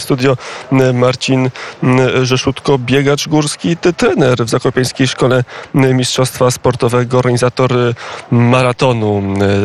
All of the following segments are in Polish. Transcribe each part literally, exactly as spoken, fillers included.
Studio Marcin Rzeszutko, biegacz górski, ty trener w Zakopiańskiej Szkole Mistrzostwa Sportowego, organizator maratonu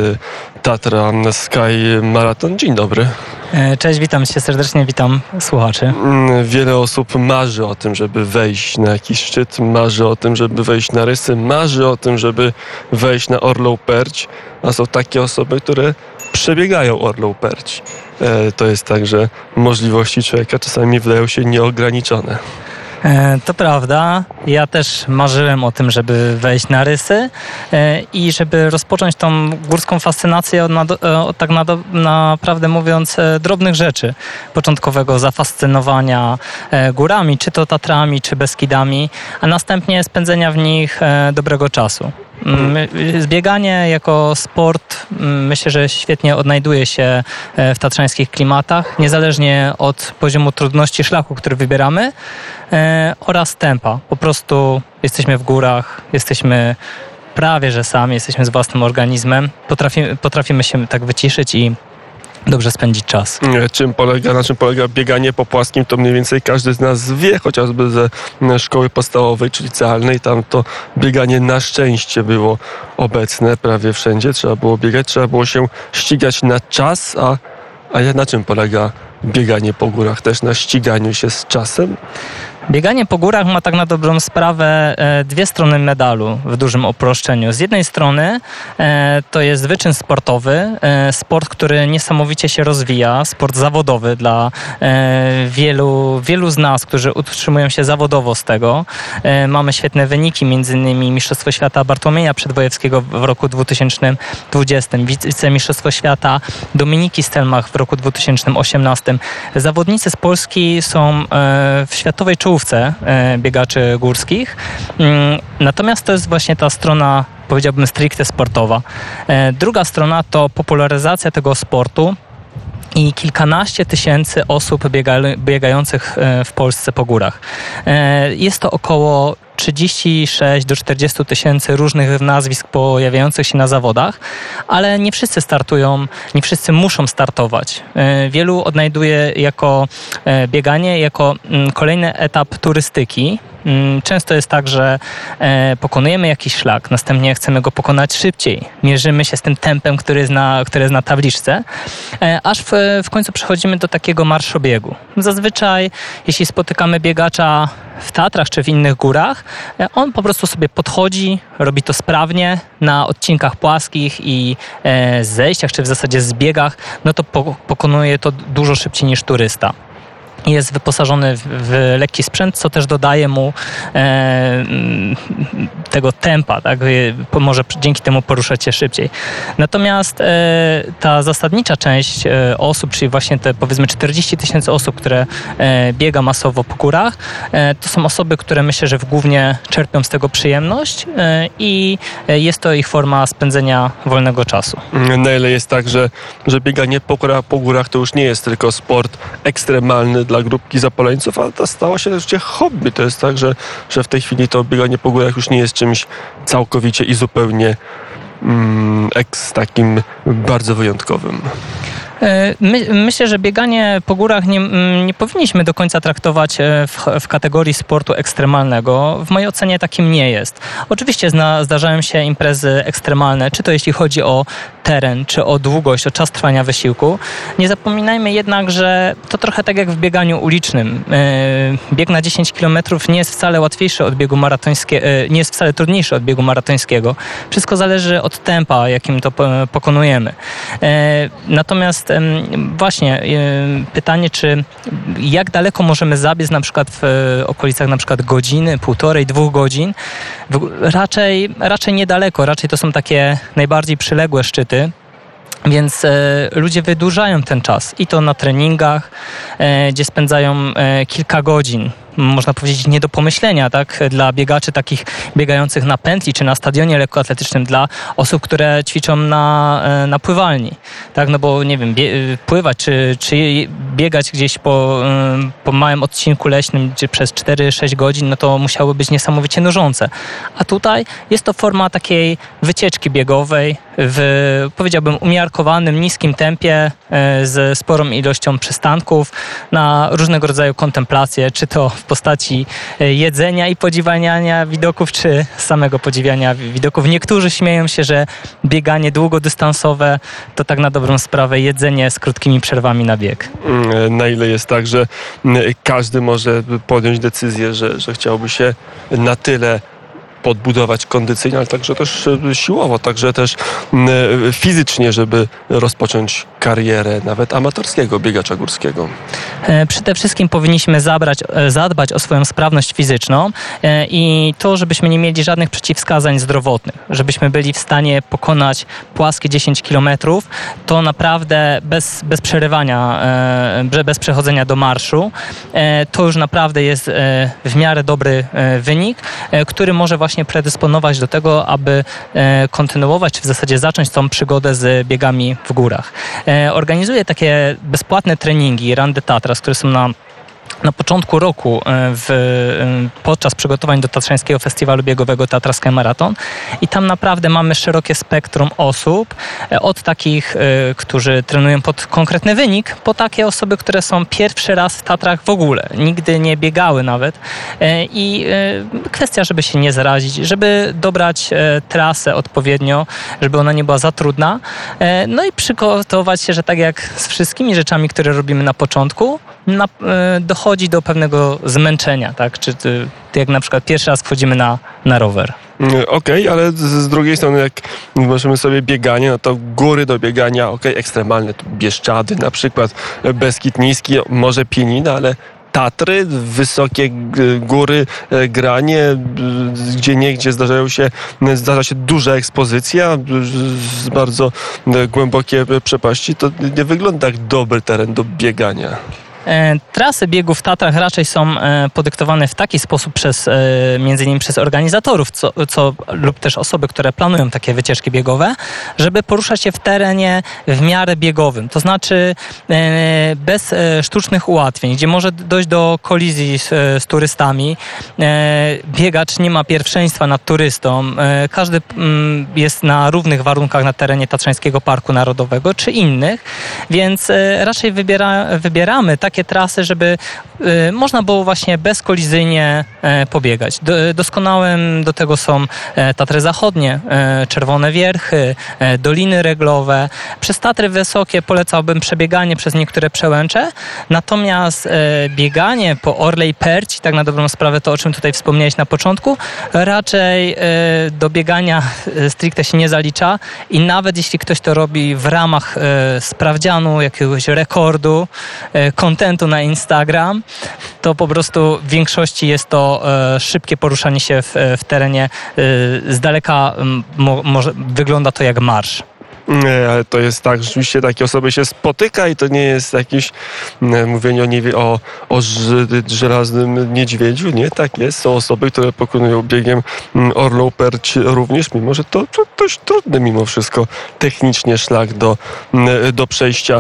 Tatra Sky Marathon. Dzień dobry. Cześć, witam cię serdecznie, witam słuchaczy. Wiele osób marzy o tym, żeby wejść na jakiś szczyt, marzy o tym, żeby wejść na Rysy, marzy o tym, żeby wejść na Orlą Perć, a są takie osoby, które przebiegają Orlą Perć. To jest tak, że możliwości człowieka czasami wydają się nieograniczone. To prawda. Ja też marzyłem o tym, żeby wejść na Rysy i żeby rozpocząć tą górską fascynację od, nad, od tak nad, naprawdę mówiąc drobnych rzeczy. Początkowego zafascynowania górami, czy to Tatrami, czy Beskidami, a następnie spędzenia w nich dobrego czasu. Zbieganie jako sport myślę, że świetnie odnajduje się w tatrzańskich klimatach, niezależnie od poziomu trudności szlaku, który wybieramy oraz tempa. Po prostu jesteśmy w górach, jesteśmy prawie że sami, jesteśmy z własnym organizmem, potrafimy, potrafimy się tak wyciszyć i dobrze spędzić czas. Czym polega, na czym polega bieganie po płaskim, to mniej więcej każdy z nas wie, chociażby ze szkoły podstawowej czy licealnej. Tam to bieganie na szczęście było obecne prawie wszędzie. Trzeba było biegać, trzeba było się ścigać na czas, a, a na czym polega bieganie po górach? Też na ściganiu się z czasem? Bieganie po górach ma tak na dobrą sprawę dwie strony medalu w dużym uproszczeniu. Z jednej strony to jest wyczyn sportowy, sport, który niesamowicie się rozwija, sport zawodowy dla wielu, wielu z nas, którzy utrzymują się zawodowo z tego. Mamy świetne wyniki, między innymi Mistrzostwo Świata Bartłomieja Przedwojewskiego w roku dwa tysiące dwudziestym, wicemistrzostwo świata Dominiki Stelmach w roku dwa tysiące osiemnastym. Zawodnicy z Polski są w światowej czołówce biegaczy górskich. Natomiast to jest właśnie ta strona, powiedziałbym, stricte sportowa. Druga strona to popularyzacja tego sportu i kilkanaście tysięcy osób biega, biegających w Polsce po górach. Jest to około trzydzieści sześć do czterdziestu tysięcy różnych nazwisk pojawiających się na zawodach, ale nie wszyscy startują, nie wszyscy muszą startować. Wielu odnajduje jako bieganie, jako kolejny etap turystyki. Często jest tak, że pokonujemy jakiś szlak, następnie chcemy go pokonać szybciej. Mierzymy się z tym tempem, który jest na, który jest na tabliczce, aż w, w końcu przechodzimy do takiego marszobiegu. Zazwyczaj, jeśli spotykamy biegacza w Tatrach czy w innych górach, on po prostu sobie podchodzi, robi to sprawnie na odcinkach płaskich i zejściach, czy w zasadzie zbiegach, no to pokonuje to dużo szybciej niż turysta. Jest wyposażony w, w lekki sprzęt, co też dodaje mu e, tego tempa, tak? Może dzięki temu poruszać się szybciej. Natomiast e, ta zasadnicza część e, osób, czyli właśnie te powiedzmy czterdzieści tysięcy osób, które e, biega masowo po górach, e, to są osoby, które myślę, że głównie czerpią z tego przyjemność e, i jest to ich forma spędzenia wolnego czasu. Na ile jest tak, że, że bieganie po górach, po górach to już nie jest tylko sport ekstremalny dla grupki zapoleńców, ale to stało się wreszcie hobby. To jest tak, że, że w tej chwili to bieganie po górach już nie jest czymś całkowicie i zupełnie mm, eks takim bardzo wyjątkowym. My, myślę, że bieganie po górach nie, nie powinniśmy do końca traktować w, w kategorii sportu ekstremalnego. W mojej ocenie takim nie jest. Oczywiście zna, zdarzają się imprezy ekstremalne, czy to jeśli chodzi o teren, czy o długość, o czas trwania wysiłku. Nie zapominajmy jednak, że to trochę tak jak w bieganiu ulicznym. Bieg na dziesięć kilometrów nie jest wcale łatwiejszy od biegu maratońskiego, nie jest wcale trudniejszy od biegu maratońskiego. Wszystko zależy od tempa, jakim to pokonujemy. Natomiast właśnie pytanie, czy jak daleko możemy zabiec na przykład w okolicach na przykład godziny, półtorej, dwóch godzin? Raczej, raczej niedaleko, raczej to są takie najbardziej przyległe szczyty. Więc e, ludzie wydłużają ten czas i to na treningach, e, gdzie spędzają e, kilka godzin. można powiedzieć, nie do pomyślenia, tak? Dla biegaczy takich biegających na pętli czy na stadionie lekkoatletycznym, dla osób, które ćwiczą na, na pływalni, tak? No bo nie wiem, bie, pływać czy, czy biegać gdzieś po, po małym odcinku leśnym czy przez cztery sześć godzin, no to musiały być niesamowicie nużące. A tutaj jest to forma takiej wycieczki biegowej w, powiedziałbym, umiarkowanym, niskim tempie z sporą ilością przystanków na różnego rodzaju kontemplacje, czy to w postaci jedzenia i podziwiania widoków, czy samego podziwiania widoków. Niektórzy śmieją się, że bieganie długodystansowe to tak na dobrą sprawę jedzenie z krótkimi przerwami na bieg. Na ile jest tak, że każdy może podjąć decyzję, że, że chciałby się na tyle podbudować kondycyjnie, ale także też siłowo, także też fizycznie, żeby rozpocząć karierę nawet amatorskiego biegacza górskiego. Przede wszystkim powinniśmy zabrać, zadbać o swoją sprawność fizyczną i to, żebyśmy nie mieli żadnych przeciwwskazań zdrowotnych, żebyśmy byli w stanie pokonać płaskie dziesięć kilometrów, to naprawdę bez, bez przerywania, bez przechodzenia do marszu, to już naprawdę jest w miarę dobry wynik, który może właśnie predysponować do tego, aby kontynuować, czy w zasadzie zacząć tą przygodę z biegami w górach. Organizuję takie bezpłatne treningi Run the Tatras, które są na Na początku roku w, podczas przygotowań do Tatrzańskiego Festiwalu Biegowego Tatra Sky Marathon i tam naprawdę mamy szerokie spektrum osób, od takich, którzy trenują pod konkretny wynik, po takie osoby, które są pierwszy raz w Tatrach w ogóle, nigdy nie biegały nawet i kwestia, żeby się nie zarazić, żeby dobrać trasę odpowiednio, żeby ona nie była za trudna, no i przygotować się, że tak jak z wszystkimi rzeczami, które robimy na początku, na, dochodzi do pewnego zmęczenia, tak? Czy ty, ty jak na przykład pierwszy raz wchodzimy na, na rower. Okej, okay, ale z, z drugiej strony jak możemy sobie bieganie, no to góry do biegania, okej, okay, ekstremalne, tu Bieszczady na przykład, Beskid Niski, może Pienina, ale Tatry, wysokie góry, granie, gdzie niegdzie zdarzają się, zdarza się duża ekspozycja, bardzo głębokie przepaści, to nie wygląda jak dobry teren do biegania. Trasy biegów w Tatrach raczej są podyktowane w taki sposób przez, między innymi przez organizatorów, co, co, lub też osoby, które planują takie wycieczki biegowe, żeby poruszać się w terenie w miarę biegowym. To znaczy bez sztucznych ułatwień, gdzie może dojść do kolizji z, z turystami. Biegacz nie ma pierwszeństwa nad turystą. Każdy jest na równych warunkach na terenie Tatrzańskiego Parku Narodowego czy innych, więc raczej wybiera, wybieramy takie trasy, żeby y, można było właśnie bezkolizyjnie e, pobiegać. Do, doskonałym do tego są e, Tatry Zachodnie, e, Czerwone Wierchy, e, Doliny Reglowe. Przez Tatry Wysokie polecałbym przebieganie przez niektóre przełęcze, natomiast e, bieganie po Orlej Perci, tak na dobrą sprawę to, o czym tutaj wspomniałeś na początku, raczej e, do biegania e, stricte się nie zalicza i nawet jeśli ktoś to robi w ramach e, sprawdzianu, jakiegoś rekordu, e, kontentu na Instagram, to po prostu w większości jest to e, szybkie poruszanie się w, w terenie. E, z daleka mo, może wygląda to jak marsz. Nie, ale to jest tak, rzeczywiście takie osoby się spotyka i to nie jest jakieś nie, mówienie o, nie, o, o żelaznym niedźwiedziu, nie, tak jest. Są osoby, które pokonują biegiem Orlą Perć również, mimo że to, to dość trudny mimo wszystko technicznie szlak do, do przejścia.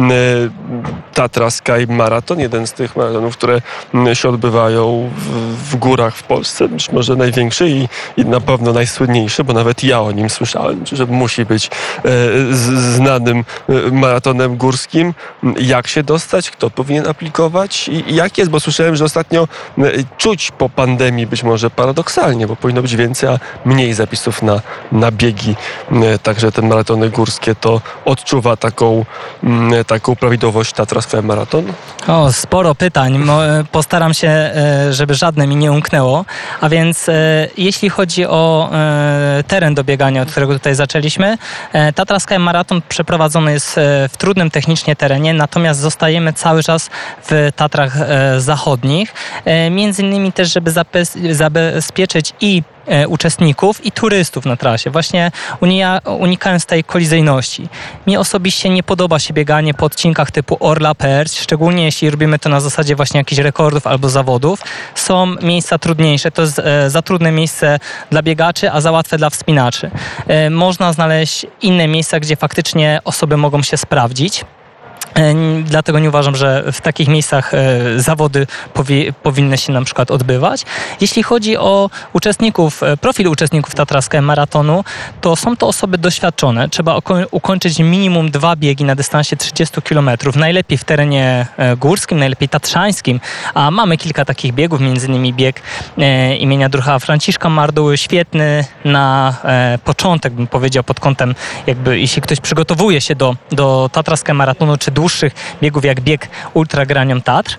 Tatra Sky Marathon, jeden z tych maratonów, które się odbywają w, w górach w Polsce, być może największy i, i na pewno najsłynniejszy, bo nawet ja o nim słyszałem, że musi być z znanym maratonem górskim. Jak się dostać? Kto powinien aplikować? I jak jest? Bo słyszałem, że ostatnio czuć po pandemii, być może paradoksalnie, bo powinno być więcej, a mniej zapisów na, na biegi. Także te maratony górskie to odczuwa taką, taką prawidłowość Tatra Sky Marathon? O, sporo pytań. Postaram się, żeby żadne mi nie umknęło. A więc jeśli chodzi o teren do biegania, od którego tutaj zaczęliśmy, Tatra Sky Marathon przeprowadzony jest w trudnym technicznie terenie, natomiast zostajemy cały czas w Tatrach Zachodnich. Między innymi też, żeby zabezpieczyć i uczestników i turystów na trasie, właśnie unia, unikając tej kolizyjności. Mi osobiście nie podoba się bieganie po odcinkach typu Orla-Perć, szczególnie jeśli robimy to na zasadzie właśnie jakichś rekordów albo zawodów. Są miejsca trudniejsze, to jest e, za trudne miejsce dla biegaczy, a za łatwe dla wspinaczy. E, można znaleźć inne miejsca, gdzie faktycznie osoby mogą się sprawdzić. Dlatego nie uważam, że w takich miejscach zawody powi- powinny się na przykład odbywać. Jeśli chodzi o uczestników, profil uczestników Tatrowskiego Maratonu, to są to osoby doświadczone. Trzeba oko- ukończyć minimum dwa biegi na dystansie trzydzieści kilometrów. Najlepiej w terenie górskim, najlepiej tatrzańskim. A mamy kilka takich biegów, między innymi bieg e, imienia druha Franciszka Marduły. Świetny na e, początek, bym powiedział, pod kątem jakby, jeśli ktoś przygotowuje się do, do Tatrowskiego Maratonu, czy dłuższych biegów jak bieg Ultra Granium Tatr.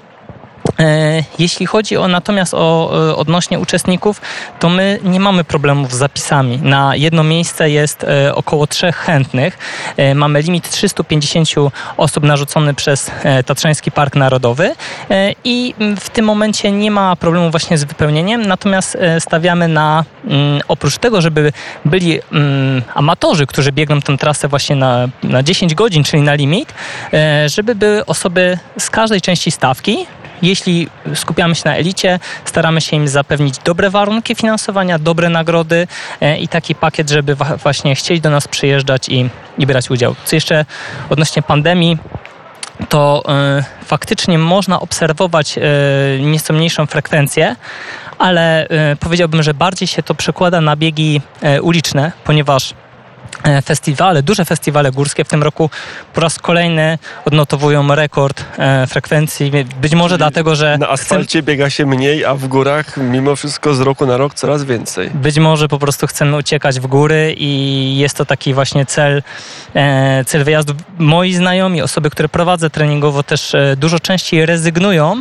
Jeśli chodzi o natomiast o odnośnie uczestników, to my nie mamy problemów z zapisami. Na jedno miejsce jest około trzech chętnych. Mamy limit trzysta pięćdziesiąt osób narzucony przez Tatrzański Park Narodowy i w tym momencie nie ma problemu właśnie z wypełnieniem, natomiast stawiamy na, oprócz tego, żeby byli amatorzy, którzy biegną tę trasę właśnie na, na dziesięć godzin, czyli na limit, żeby były osoby z każdej części stawki. Jeśli skupiamy się na elicie, staramy się im zapewnić dobre warunki finansowania, dobre nagrody i taki pakiet, żeby właśnie chcieli do nas przyjeżdżać i, i brać udział. Co jeszcze odnośnie pandemii, to y, faktycznie można obserwować y, nieco mniejszą frekwencję, ale y, powiedziałbym, że bardziej się to przekłada na biegi y, uliczne, ponieważ festiwale, duże festiwale górskie w tym roku po raz kolejny odnotowują rekord e, frekwencji. Być może Czyli dlatego, że... Na asfalcie chcemy... biega się mniej, a w górach mimo wszystko z roku na rok coraz więcej. Być może po prostu chcemy uciekać w góry i jest to taki właśnie cel, e, cel wyjazdu. Moi znajomi, osoby, które prowadzę treningowo, też e, dużo częściej rezygnują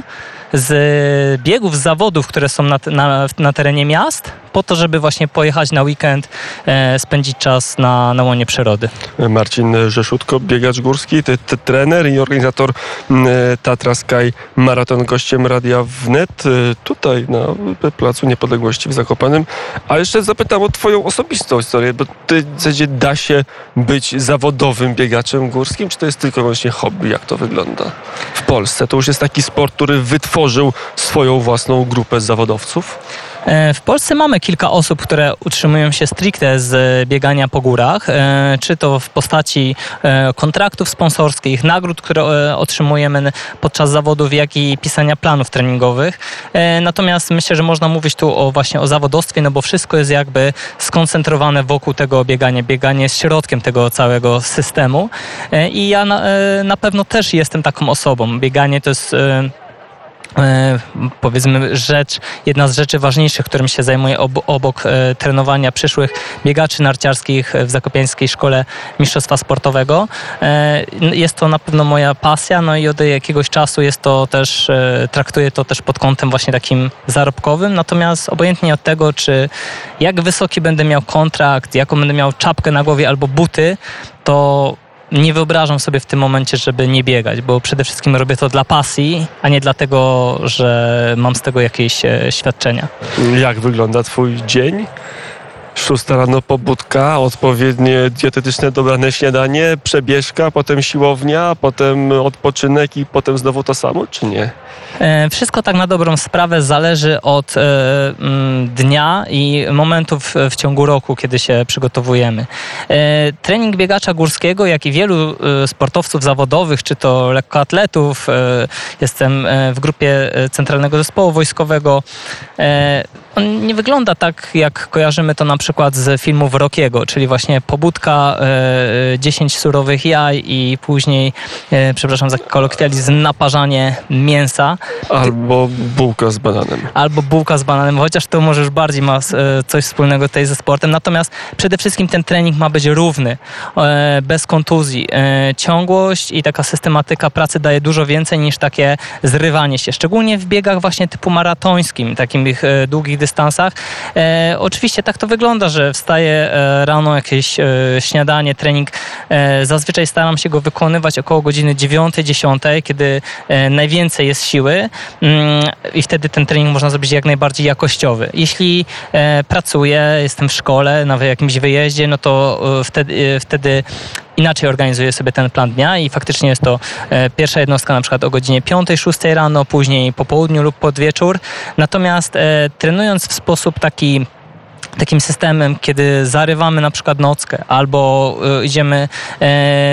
z biegów, z zawodów, które są na, na, na terenie miast, po to, żeby właśnie pojechać na weekend, e, spędzić czas na, na łonie przyrody. Marcin Rzeszutko, biegacz górski, ty, ty, trener i organizator e, Tatra Sky Maraton, gościem Radia Wnet, e, tutaj na Placu Niepodległości w Zakopanem. A jeszcze zapytam o twoją osobistą historię, bo ty w zasadzie da się być zawodowym biegaczem górskim, czy to jest tylko i wyłącznie hobby? Jak to wygląda w Polsce? To już jest taki sport, który wytworzył swoją własną grupę zawodowców? W Polsce mamy kilka osób, które utrzymują się stricte z biegania po górach, czy to w postaci kontraktów sponsorskich, nagród, które otrzymujemy podczas zawodów, jak i pisania planów treningowych. Natomiast myślę, że można mówić tu o właśnie o zawodowstwie, no bo wszystko jest jakby skoncentrowane wokół tego biegania. Bieganie jest środkiem tego całego systemu i ja na, na pewno też jestem taką osobą. Bieganie to jest... E, powiedzmy rzecz, jedna z rzeczy ważniejszych, którym się zajmuję ob, obok e, trenowania przyszłych biegaczy narciarskich w Zakopiańskiej Szkole Mistrzostwa Sportowego. E, jest to na pewno moja pasja, no i od jakiegoś czasu jest to też, e, traktuję to też pod kątem właśnie takim zarobkowym, natomiast obojętnie od tego, czy jak wysoki będę miał kontrakt, jaką będę miał czapkę na głowie albo buty, to nie wyobrażam sobie w tym momencie, żeby nie biegać, bo przede wszystkim robię to dla pasji, a nie dlatego, że mam z tego jakieś e, świadczenia. Jak wygląda twój dzień? Szósta rano pobudka, odpowiednie dietetyczne dobrane śniadanie, przebieżka, potem siłownia, potem odpoczynek i potem znowu to samo, czy nie? E, wszystko tak na dobrą sprawę zależy od e, m, dnia i momentów w ciągu roku, kiedy się przygotowujemy. E, trening biegacza górskiego, jak i wielu e, sportowców zawodowych, czy to lekkoatletów, e, jestem w grupie Centralnego Zespołu Wojskowego, e, on nie wygląda tak, jak kojarzymy to na przykład z filmów Rockiego, czyli właśnie pobudka, e, dziesięć surowych jaj i później, e, przepraszam za kolokwializm, naparzanie mięsa. Albo bułka z bananem. Albo bułka z bananem, chociaż to może już bardziej ma e, coś wspólnego tutaj ze sportem. Natomiast przede wszystkim ten trening ma być równy, e, bez kontuzji. E, ciągłość i taka systematyka pracy daje dużo więcej niż takie zrywanie się. Szczególnie w biegach właśnie typu maratońskim, takich e, długich dystansach. E, oczywiście tak to wygląda. wygląda, że wstaję rano, jakieś śniadanie, trening. Zazwyczaj staram się go wykonywać około godziny dziewiątej, dziesiątej, kiedy najwięcej jest siły i wtedy ten trening można zrobić jak najbardziej jakościowy. Jeśli pracuję, jestem w szkole, na jakimś wyjeździe, no to wtedy, wtedy inaczej organizuję sobie ten plan dnia i faktycznie jest to e, pierwsza jednostka na przykład o godzinie piątej, szóstej rano, później po południu lub pod wieczór. Natomiast e, trenując w sposób taki takim systemem, kiedy zarywamy na przykład nockę albo y, idziemy e,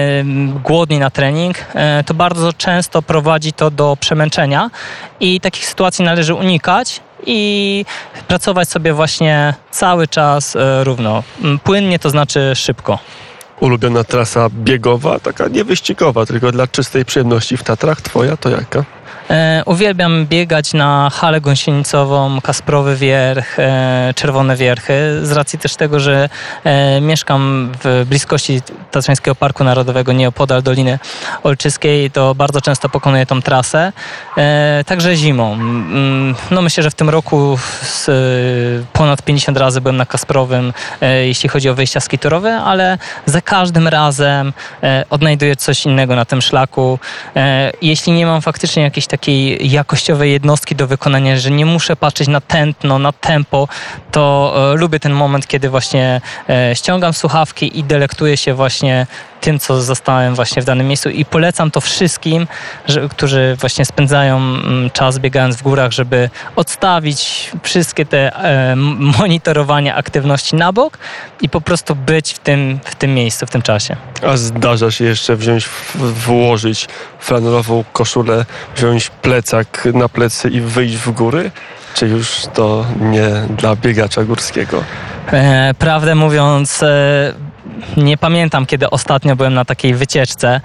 głodni na trening, e, to bardzo często prowadzi to do przemęczenia i takich sytuacji należy unikać i pracować sobie właśnie cały czas e, równo. Płynnie to znaczy szybko. Ulubiona trasa biegowa, taka nie wyścigowa, tylko dla czystej przyjemności w Tatrach. Twoja to jaka? E, uwielbiam biegać na halę gąsienicową, Kasprowy Wierch, e, Czerwone Wierchy, z racji też tego, że e, mieszkam w bliskości Tatrzańskiego Parku Narodowego, nieopodal Doliny Olczyskiej, to bardzo często pokonuję tą trasę, e, także zimą. Mm, no myślę, że w tym roku z, e, ponad pięćdziesiąt razy byłem na Kasprowym, e, jeśli chodzi o wyjścia skiturowe, ale za każdym razem e, odnajduję coś innego na tym szlaku. E, jeśli nie mam faktycznie jakiejś takiej jakościowej jednostki do wykonania, że nie muszę patrzeć na tętno, na tempo, to e, lubię ten moment, kiedy właśnie e, ściągam słuchawki i delektuję się właśnie tym, co zostałem właśnie w danym miejscu i polecam to wszystkim, że, którzy właśnie spędzają mm, czas biegając w górach, żeby odstawić wszystkie te e, monitorowania aktywności na bok i po prostu być w tym, w tym miejscu, w tym czasie. A zdarza się jeszcze wziąć, włożyć flanelową koszulę, wziąć plecak na plecy i wyjść w góry? Czy już to nie dla biegacza górskiego? E, prawdę mówiąc, e, nie pamiętam, kiedy ostatnio byłem na takiej wycieczce.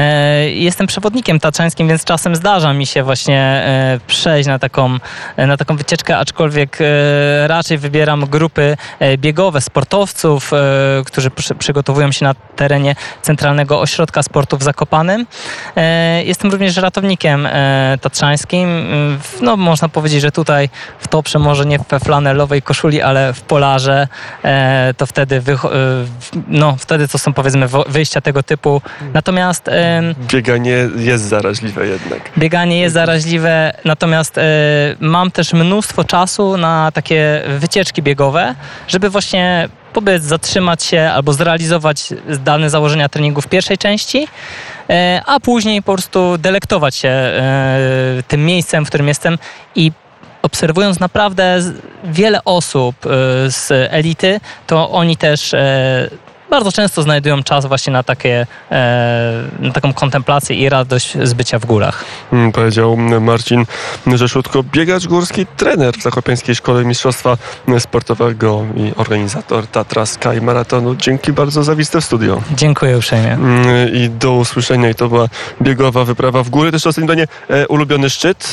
E, jestem przewodnikiem tatrzańskim, więc czasem zdarza mi się właśnie e, przejść na taką, na taką wycieczkę, aczkolwiek e, raczej wybieram grupy e, biegowe, sportowców, e, którzy przy, przygotowują się na terenie Centralnego Ośrodka Sportu w Zakopanem. E, jestem również ratownikiem e, tatrzańskim. No, można powiedzieć, że tutaj w Toprze może nie we flanelowej koszuli, ale w polarze, e, to wtedy wy, no wtedy to są powiedzmy wyjścia tego typu. Natomiast e, bieganie jest zaraźliwe jednak. Bieganie jest zaraźliwe, natomiast e, mam też mnóstwo czasu na takie wycieczki biegowe, żeby właśnie pobiec, zatrzymać się albo zrealizować dane założenia treningu w pierwszej części, e, a później po prostu delektować się e, tym miejscem, w którym jestem i obserwując naprawdę wiele osób z elity, to oni też bardzo często znajdują czas właśnie na, takie, na taką kontemplację i radość z bycia w górach. Hmm, powiedział Marcin Rzeszutko, biegacz górski, trener w Zakopiańskiej Szkole Mistrzostwa Sportowego i organizator Tatra Sky Maratonu. Dzięki bardzo za wizytę w studio. Dziękuję uprzejmie. I do usłyszenia. I to była biegowa wyprawa w góry. Też ostatnie pytanie, ulubiony szczyt?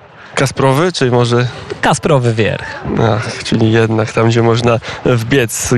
Kasprowy, czy może... Kasprowy Wierch. Ach, czyli jednak tam, gdzie można wbiec